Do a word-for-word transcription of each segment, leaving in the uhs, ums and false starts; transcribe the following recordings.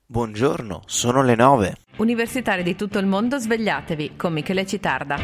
Buongiorno, sono le nove. Universitari di tutto il mondo, svegliatevi con Michele Citarda.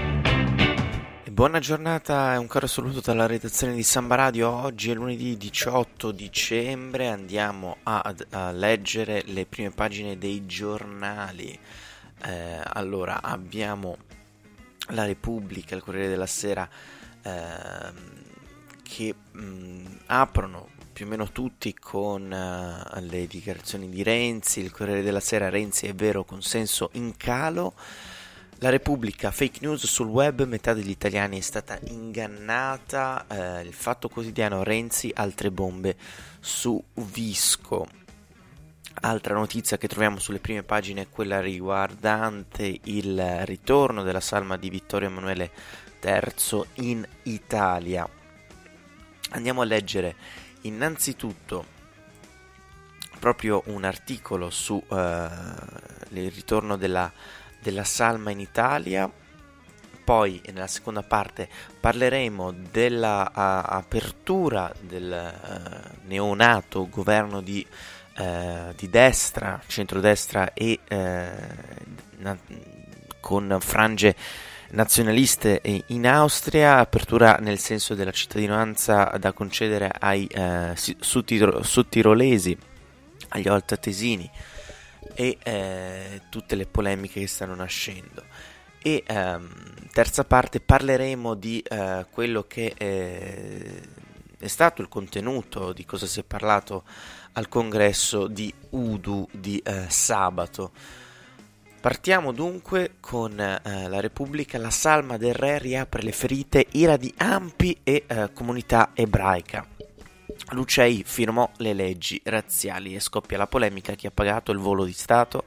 E buona giornata e un caro saluto dalla redazione di Samba Radio. Oggi è lunedì diciotto dicembre, andiamo a, a leggere le prime pagine dei giornali. Eh, allora, abbiamo La Repubblica, il Corriere della Sera, eh, che mh, aprono più o meno tutti con uh, le dichiarazioni di Renzi. Il Corriere della Sera: Renzi è vero, consenso in calo. La Repubblica: fake news sul web, metà degli italiani è stata ingannata. Eh, il Fatto Quotidiano: Renzi, altre bombe su Visco. Altra notizia che troviamo sulle prime pagine è quella riguardante il ritorno della salma di Vittorio Emanuele terzo in Italia. Andiamo a leggere innanzitutto proprio un articolo su uh, il ritorno della, della salma in Italia. Poi nella seconda parte parleremo della uh, apertura del uh, neonato governo di, uh, di destra, centrodestra e uh, na- con frange nazionaliste in Austria, apertura nel senso della cittadinanza da concedere ai eh, sudtirolesi, agli altoatesini e eh, tutte le polemiche che stanno nascendo. E ehm, terza parte parleremo di eh, quello che è, è stato il contenuto, di cosa si è parlato al congresso di Udu di eh, sabato. Partiamo dunque con eh, La Repubblica. La salma del re riapre le ferite, ira di Ampi e eh, comunità ebraica. Lucei firmò le leggi razziali e scoppia la polemica: chi ha pagato il volo di Stato.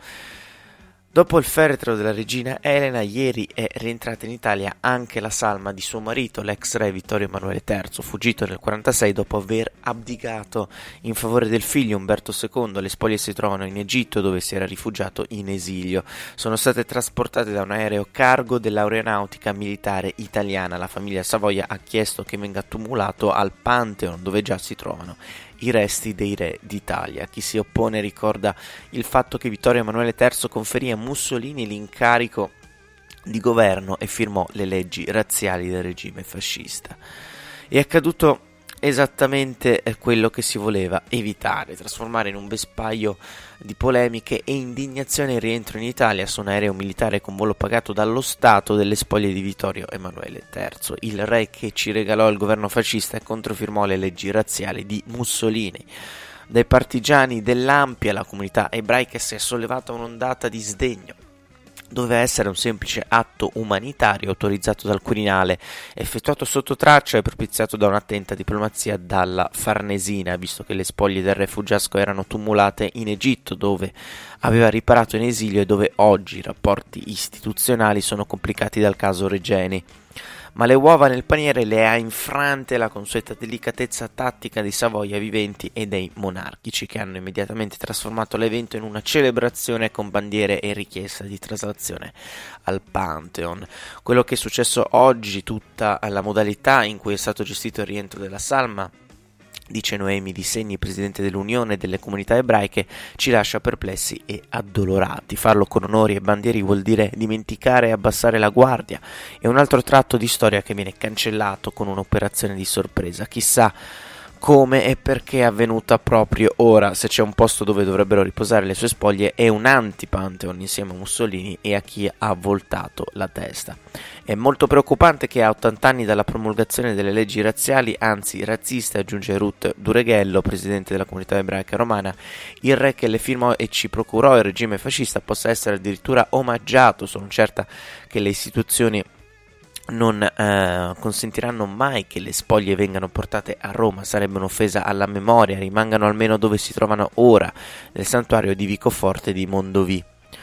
Dopo il feretro della regina Elena, ieri è rientrata in Italia anche la salma di suo marito, l'ex re Vittorio Emanuele terzo, fuggito nel quarantasei dopo aver abdicato in favore del figlio Umberto secondo. Le spoglie si trovano in Egitto, dove si era rifugiato in esilio. Sono state trasportate da un aereo cargo dell'aeronautica militare italiana. La famiglia Savoia ha chiesto che venga tumulato al Pantheon, dove già si trovano i resti dei re d'Italia. Chi si oppone ricorda il fatto che Vittorio Emanuele terzo conferì a Mussolini l'incarico di governo e firmò le leggi razziali del regime fascista. È accaduto esattamente quello che si voleva evitare: trasformare in un vespaio di polemiche e indignazione il rientro in Italia su un aereo militare con volo pagato dallo Stato delle spoglie di Vittorio Emanuele terzo, il re che ci regalò il governo fascista e controfirmò le leggi razziali di Mussolini. Dai partigiani dell'Ampia la comunità ebraica si è sollevata un'ondata di sdegno. Doveva essere un semplice atto umanitario autorizzato dal Quirinale, effettuato sotto traccia e propiziato da un'attenta diplomazia dalla Farnesina, visto che le spoglie del re fuggiasco erano tumulate in Egitto, dove aveva riparato in esilio e dove oggi i rapporti istituzionali sono complicati dal caso Regeni. Ma le uova nel paniere le ha infrante la consueta delicatezza tattica dei Savoia viventi e dei monarchici, che hanno immediatamente trasformato l'evento in una celebrazione con bandiere e richiesta di traslazione al Pantheon. Quello che è successo oggi, tutta la modalità in cui è stato gestito il rientro della salma, dice Noemi Di Segni, presidente dell'Unione delle Comunità Ebraiche, ci lascia perplessi e addolorati. Farlo con onori e bandieri vuol dire dimenticare e abbassare la guardia. È un altro tratto di storia che viene cancellato con un'operazione di sorpresa. Chissà come e perché è avvenuta proprio ora. Se c'è un posto dove dovrebbero riposare le sue spoglie è un anti-Pantheon insieme a Mussolini e a chi ha voltato la testa. È molto preoccupante che a ottanta anni dalla promulgazione delle leggi razziali, anzi razziste, aggiunge Ruth Dureghello, presidente della comunità ebraica romana, il re che le firmò e ci procurò il regime fascista possa essere addirittura omaggiato. Sono certa che le istituzioni non eh, consentiranno mai che le spoglie vengano portate a Roma, sarebbe un'offesa alla memoria. Rimangano almeno dove si trovano ora, nel santuario di Vicoforte di Mondovì.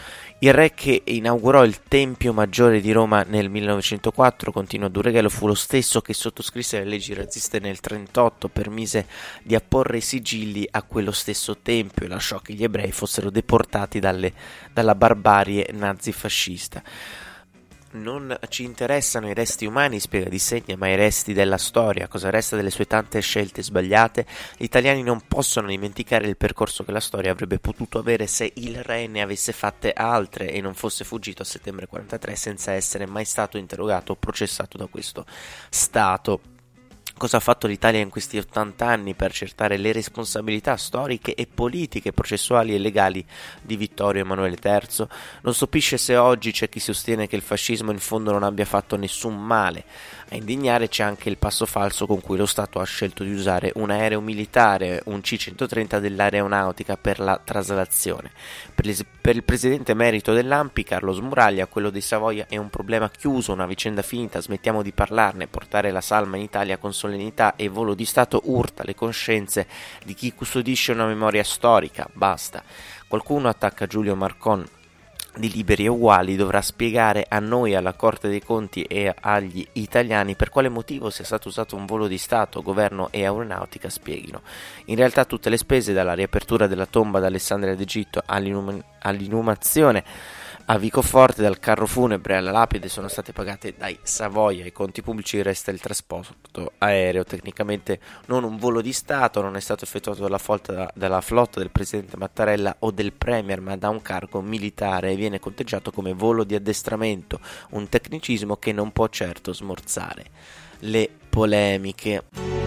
Il re che inaugurò il Tempio Maggiore di Roma nel millenovecentoquattro, continua Dureghello, fu lo stesso che sottoscrisse le leggi razziste nel trentotto, permise di apporre i sigilli a quello stesso tempio e lasciò che gli ebrei fossero deportati dalle, dalla barbarie nazifascista. Non ci interessano i resti umani, spiega Di Segni, ma i resti della storia. Cosa resta delle sue tante scelte sbagliate? Gli italiani non possono dimenticare il percorso che la storia avrebbe potuto avere se il re ne avesse fatte altre e non fosse fuggito a settembre quarantatré senza essere mai stato interrogato o processato da questo Stato. Cosa ha fatto l'Italia in questi ottanta anni per accertare le responsabilità storiche e politiche, processuali e legali di Vittorio Emanuele terzo? Non stupisce se oggi c'è chi sostiene che il fascismo in fondo non abbia fatto nessun male. A indignare c'è anche il passo falso con cui lo Stato ha scelto di usare un aereo militare, un C centotrenta dell'aeronautica, per la traslazione. Per il, per il presidente emerito dell'A N P I, Carlo Smuraglia, quello dei Savoia è un problema chiuso, una vicenda finita, smettiamo di parlarne. Portare la salma in Italia con solennità e volo di Stato urta le coscienze di chi custodisce una memoria storica. Basta. Qualcuno attacca Giulio Marcon di Liberi e Uguali, dovrà spiegare a noi, alla Corte dei Conti e agli italiani per quale motivo sia stato usato un volo di Stato. Governo e aeronautica spieghino. In realtà tutte le spese, dalla riapertura della tomba d'Alessandria d'Egitto all'inum- all'inumazione a Vicoforte, dal carro funebre alla lapide, sono state pagate dai Savoia. Ai conti pubblici resta il trasporto aereo, tecnicamente non un volo di Stato, non è stato effettuato dalla flotta, dalla flotta del presidente Mattarella o del premier, ma da un cargo militare, e viene conteggiato come volo di addestramento, un tecnicismo che non può certo smorzare le polemiche.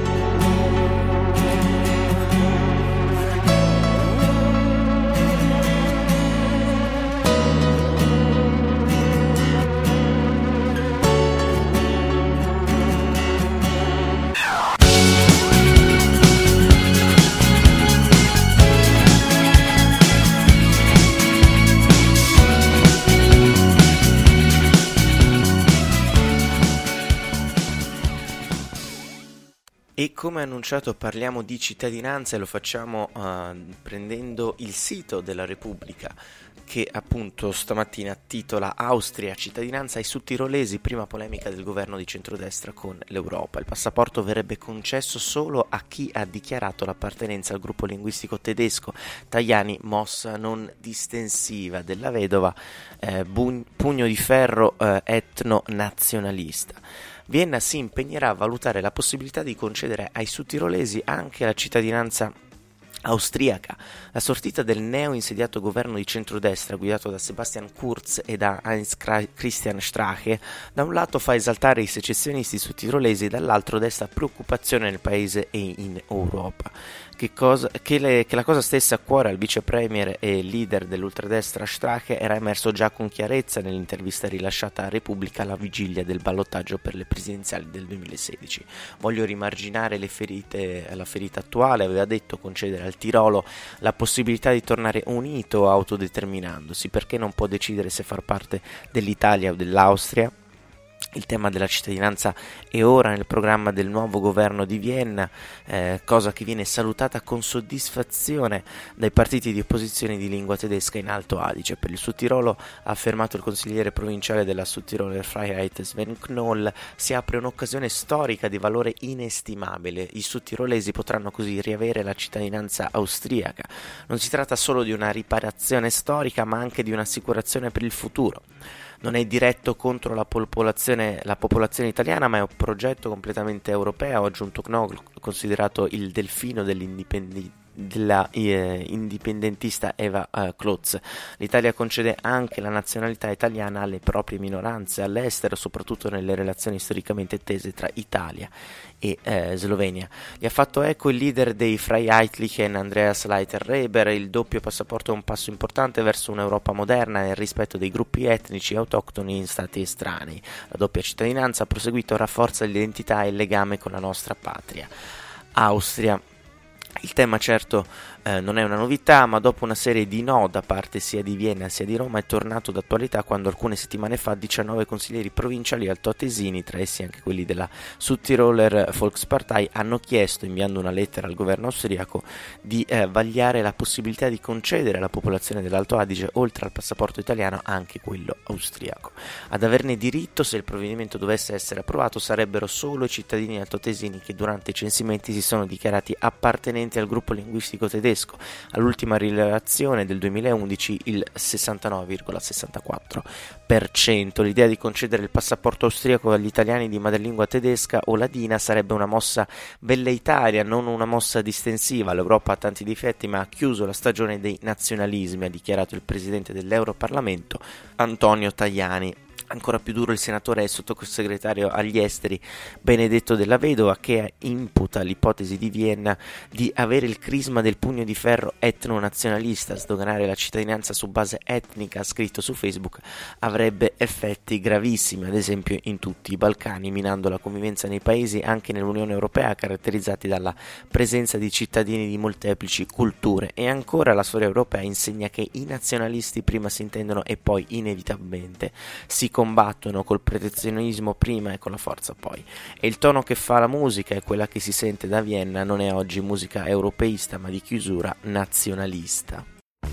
E come annunciato parliamo di cittadinanza e lo facciamo uh, prendendo il sito della Repubblica, che appunto stamattina titola Austria, cittadinanza ai sudtirolesi, prima polemica del governo di centrodestra con l'Europa. Il passaporto verrebbe concesso solo a chi ha dichiarato l'appartenenza al gruppo linguistico tedesco. Tajani, mossa non distensiva della vedova, eh, bugn- pugno di ferro eh, etno-nazionalista. Vienna si impegnerà a valutare la possibilità di concedere ai sudtirolesi anche la cittadinanza austriaca. La sortita del neo-insediato governo di centrodestra guidato da Sebastian Kurz e da Heinz Christian Strache da un lato fa esaltare i secessionisti sudtirolesi, dall'altro desta preoccupazione nel paese e in Europa. Che, cosa, che, le, che la cosa stesse a cuore al vice premier e leader dell'ultradestra Strache era emerso già con chiarezza nell'intervista rilasciata a Repubblica alla vigilia del ballottaggio per le presidenziali del duemilasedici. Voglio rimarginare le ferite, la ferita attuale, aveva detto, concedere al Tirolo la possibilità di tornare unito autodeterminandosi, perché non può decidere se far parte dell'Italia o dell'Austria. Il tema della cittadinanza è ora nel programma del nuovo governo di Vienna, eh, cosa che viene salutata con soddisfazione dai partiti di opposizione di lingua tedesca in Alto Adige. Per il Sudtirolo, ha affermato il consigliere provinciale della Südtiroler Freiheit Sven Knoll, si apre un'occasione storica di valore inestimabile. I sudtirolesi potranno così riavere la cittadinanza austriaca. Non si tratta solo di una riparazione storica, ma anche di un'assicurazione per il futuro. Non è diretto contro la popolazione, la popolazione italiana, ma è un progetto completamente europeo, ha aggiunto Knoll, considerato il delfino dell'indipendenza della eh, indipendentista Eva eh, Klotz. L'Italia concede anche la nazionalità italiana alle proprie minoranze all'estero, soprattutto nelle relazioni storicamente tese tra Italia e eh, Slovenia. Gli ha fatto eco il leader dei Freiheitlichen, Andreas Leiter-Reber. Il doppio passaporto è un passo importante verso un'Europa moderna nel rispetto dei gruppi etnici autoctoni in stati estranei. La doppia cittadinanza, ha proseguito, rafforza l'identità e il legame con la nostra patria, Austria. Il tema certo eh, non è una novità, ma dopo una serie di no da parte sia di Vienna sia di Roma è tornato d'attualità quando alcune settimane fa diciannove consiglieri provinciali altoatesini, tra essi anche quelli della Südtiroler Volkspartei, hanno chiesto, inviando una lettera al governo austriaco, di eh, vagliare la possibilità di concedere alla popolazione dell'Alto Adige, oltre al passaporto italiano, anche quello austriaco. Ad averne diritto, se il provvedimento dovesse essere approvato, sarebbero solo i cittadini altoatesini che durante i censimenti si sono dichiarati appartenenti al gruppo linguistico tedesco, tedesco, all'ultima rilevazione del duemilaundici il sessantanove virgola sessantaquattro per cento. L'idea di concedere il passaporto austriaco agli italiani di madrelingua tedesca o ladina sarebbe una mossa velleitaria, non una mossa distensiva. L'Europa ha tanti difetti, ma ha chiuso la stagione dei nazionalismi, ha dichiarato il presidente dell'Europarlamento Antonio Tajani. Ancora più duro il senatore e sottosegretario agli esteri Benedetto Della Vedova, che imputa l'ipotesi di Vienna di avere il crisma del pugno di ferro etno-nazionalista. Sdoganare la cittadinanza su base etnica, scritto su Facebook, avrebbe effetti gravissimi, ad esempio in tutti i Balcani, minando la convivenza nei paesi, anche nell'Unione Europea, caratterizzati dalla presenza di cittadini di molteplici culture. E ancora la storia europea insegna che i nazionalisti prima si intendono e poi inevitabilmente si combattono col protezionismo prima e con la forza poi. E il tono che fa la musica e quella che si sente da Vienna non è oggi musica europeista, ma di chiusura nazionalista.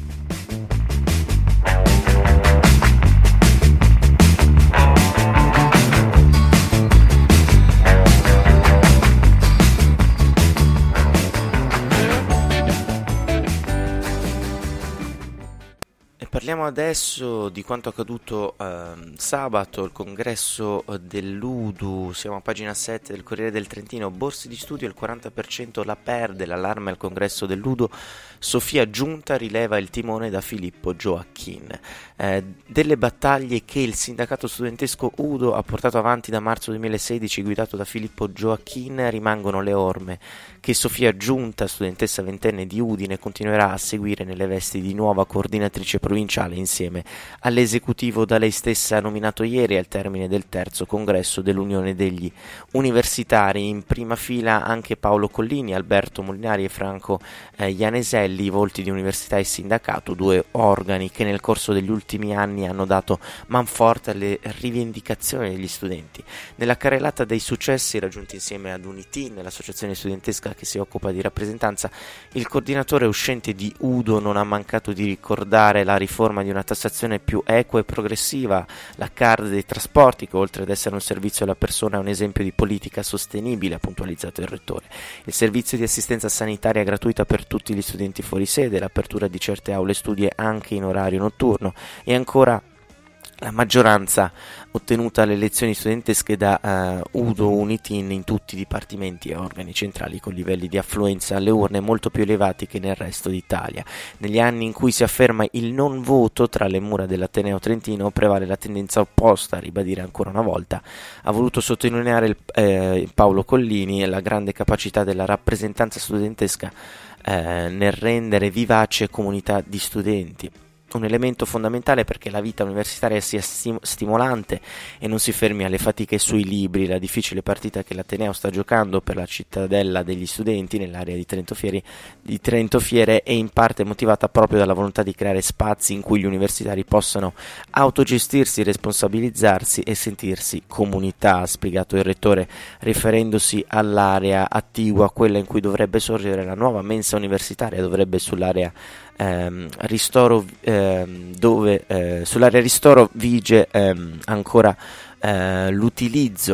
Parliamo adesso di quanto accaduto eh, sabato, il congresso dell'U D U. Siamo a pagina sette del Corriere del Trentino. Borse di studio, il quaranta per cento la perde, l'allarme al congresso dell'U D U. Sofia Giunta rileva il timone da Filippo Joachim. Eh, delle battaglie che il sindacato studentesco U D U ha portato avanti da marzo duemilasedici, guidato da Filippo Joachim, rimangono le orme che Sofia Giunta, studentessa ventenne di Udine, continuerà a seguire nelle vesti di nuova coordinatrice provinciale insieme all'esecutivo da lei stessa nominato ieri al termine del terzo congresso dell'Unione degli Universitari. In prima fila anche Paolo Collini, Alberto Molinari e Franco eh, Ianeselli, volti di università e sindacato, due organi che nel corso degli ultimi anni hanno dato manforte alle rivendicazioni degli studenti. Nella carrellata dei successi raggiunti insieme ad Unitin, l'associazione studentesca che si occupa di rappresentanza, il coordinatore uscente di U D O non ha mancato di ricordare la riforma di una tassazione più equa e progressiva, la card dei trasporti, che oltre ad essere un servizio alla persona è un esempio di politica sostenibile, ha puntualizzato il rettore, il servizio di assistenza sanitaria gratuita per tutti gli studenti fuori sede, l'apertura di certe aule studio anche in orario notturno e ancora la maggioranza ottenuta alle elezioni studentesche da uh, U D O Unitin in tutti i dipartimenti e organi centrali, con livelli di affluenza alle urne molto più elevati che nel resto d'Italia. Negli anni in cui si afferma il non voto tra le mura dell'Ateneo Trentino prevale la tendenza opposta, a ribadire ancora una volta. Ha voluto sottolineare il, eh, Paolo Collini e la grande capacità della rappresentanza studentesca eh, nel rendere vivace comunità di studenti. Un elemento fondamentale perché la vita universitaria sia stim- stimolante e non si fermi alle fatiche sui libri. La difficile partita che l'Ateneo sta giocando per la cittadella degli studenti nell'area di Trento Fieri, di Trento Fiere è in parte motivata proprio dalla volontà di creare spazi in cui gli universitari possano autogestirsi, responsabilizzarsi e sentirsi comunità, ha spiegato il rettore, riferendosi all'area attigua, quella in cui dovrebbe sorgere la nuova mensa universitaria, dovrebbe sull'area Ehm, ristoro ehm, dove eh, sull'area ristoro vige ehm, ancora eh, l'utilizzo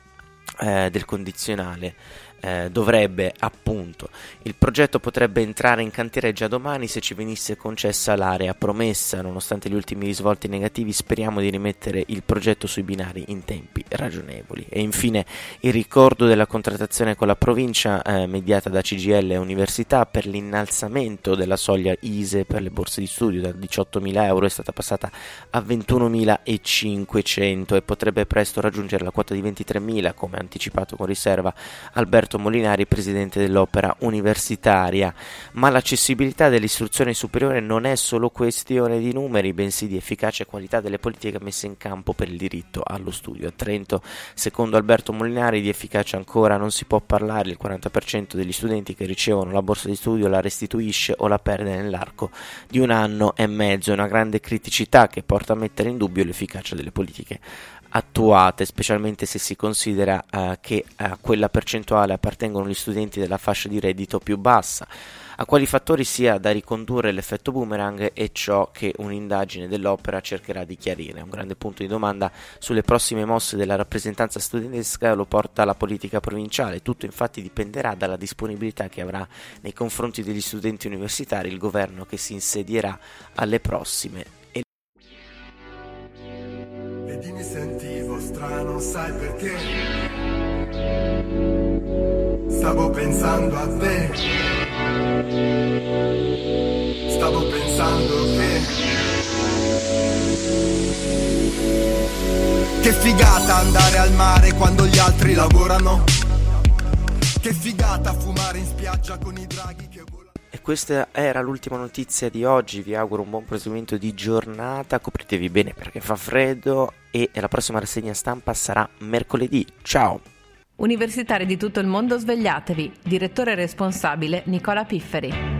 eh, del condizionale. Eh, dovrebbe appunto il progetto potrebbe entrare in cantiere già domani se ci venisse concessa l'area promessa. Nonostante gli ultimi risvolti negativi speriamo di rimettere il progetto sui binari in tempi ragionevoli. E infine il ricordo della contrattazione con la provincia eh, mediata da C G I L e Università per l'innalzamento della soglia I S E E per le borse di studio da diciottomila euro è stata passata a ventunomilacinquecento e potrebbe presto raggiungere la quota di ventitremila, come anticipato con riserva Alberto Molinari, presidente dell'Opera Universitaria. Ma l'accessibilità dell'istruzione superiore non è solo questione di numeri, bensì di efficacia e qualità delle politiche messe in campo per il diritto allo studio. A Trento, secondo Alberto Molinari, di efficacia ancora non si può parlare. Il quaranta per cento degli studenti che ricevono la borsa di studio la restituisce o la perde nell'arco di un anno e mezzo. È una grande criticità che porta a mettere in dubbio l'efficacia delle politiche attuate, specialmente se si considera uh, che a quella percentuale appartengono gli studenti della fascia di reddito più bassa. a quali fattori sia da ricondurre l'effetto boomerang è ciò che un'indagine dell'Opera cercherà di chiarire. Un grande punto di domanda sulle prossime mosse della rappresentanza studentesca lo porta la politica provinciale. Tutto infatti dipenderà dalla disponibilità che avrà nei confronti degli studenti universitari il governo che si insedierà alle prossime. E... Vedi, mi sentivo strano, sai perché? Stavo pensando a te. Stavo pensando che Che figata andare al mare quando gli altri lavorano. Che figata fumare in spiaggia con i draghi che volano. E questa era l'ultima notizia di oggi, vi auguro un buon proseguimento di giornata, copritevi bene perché fa freddo e la prossima rassegna stampa sarà mercoledì. Ciao! Universitari di tutto il mondo, svegliatevi. Direttore responsabile Nicola Pifferi.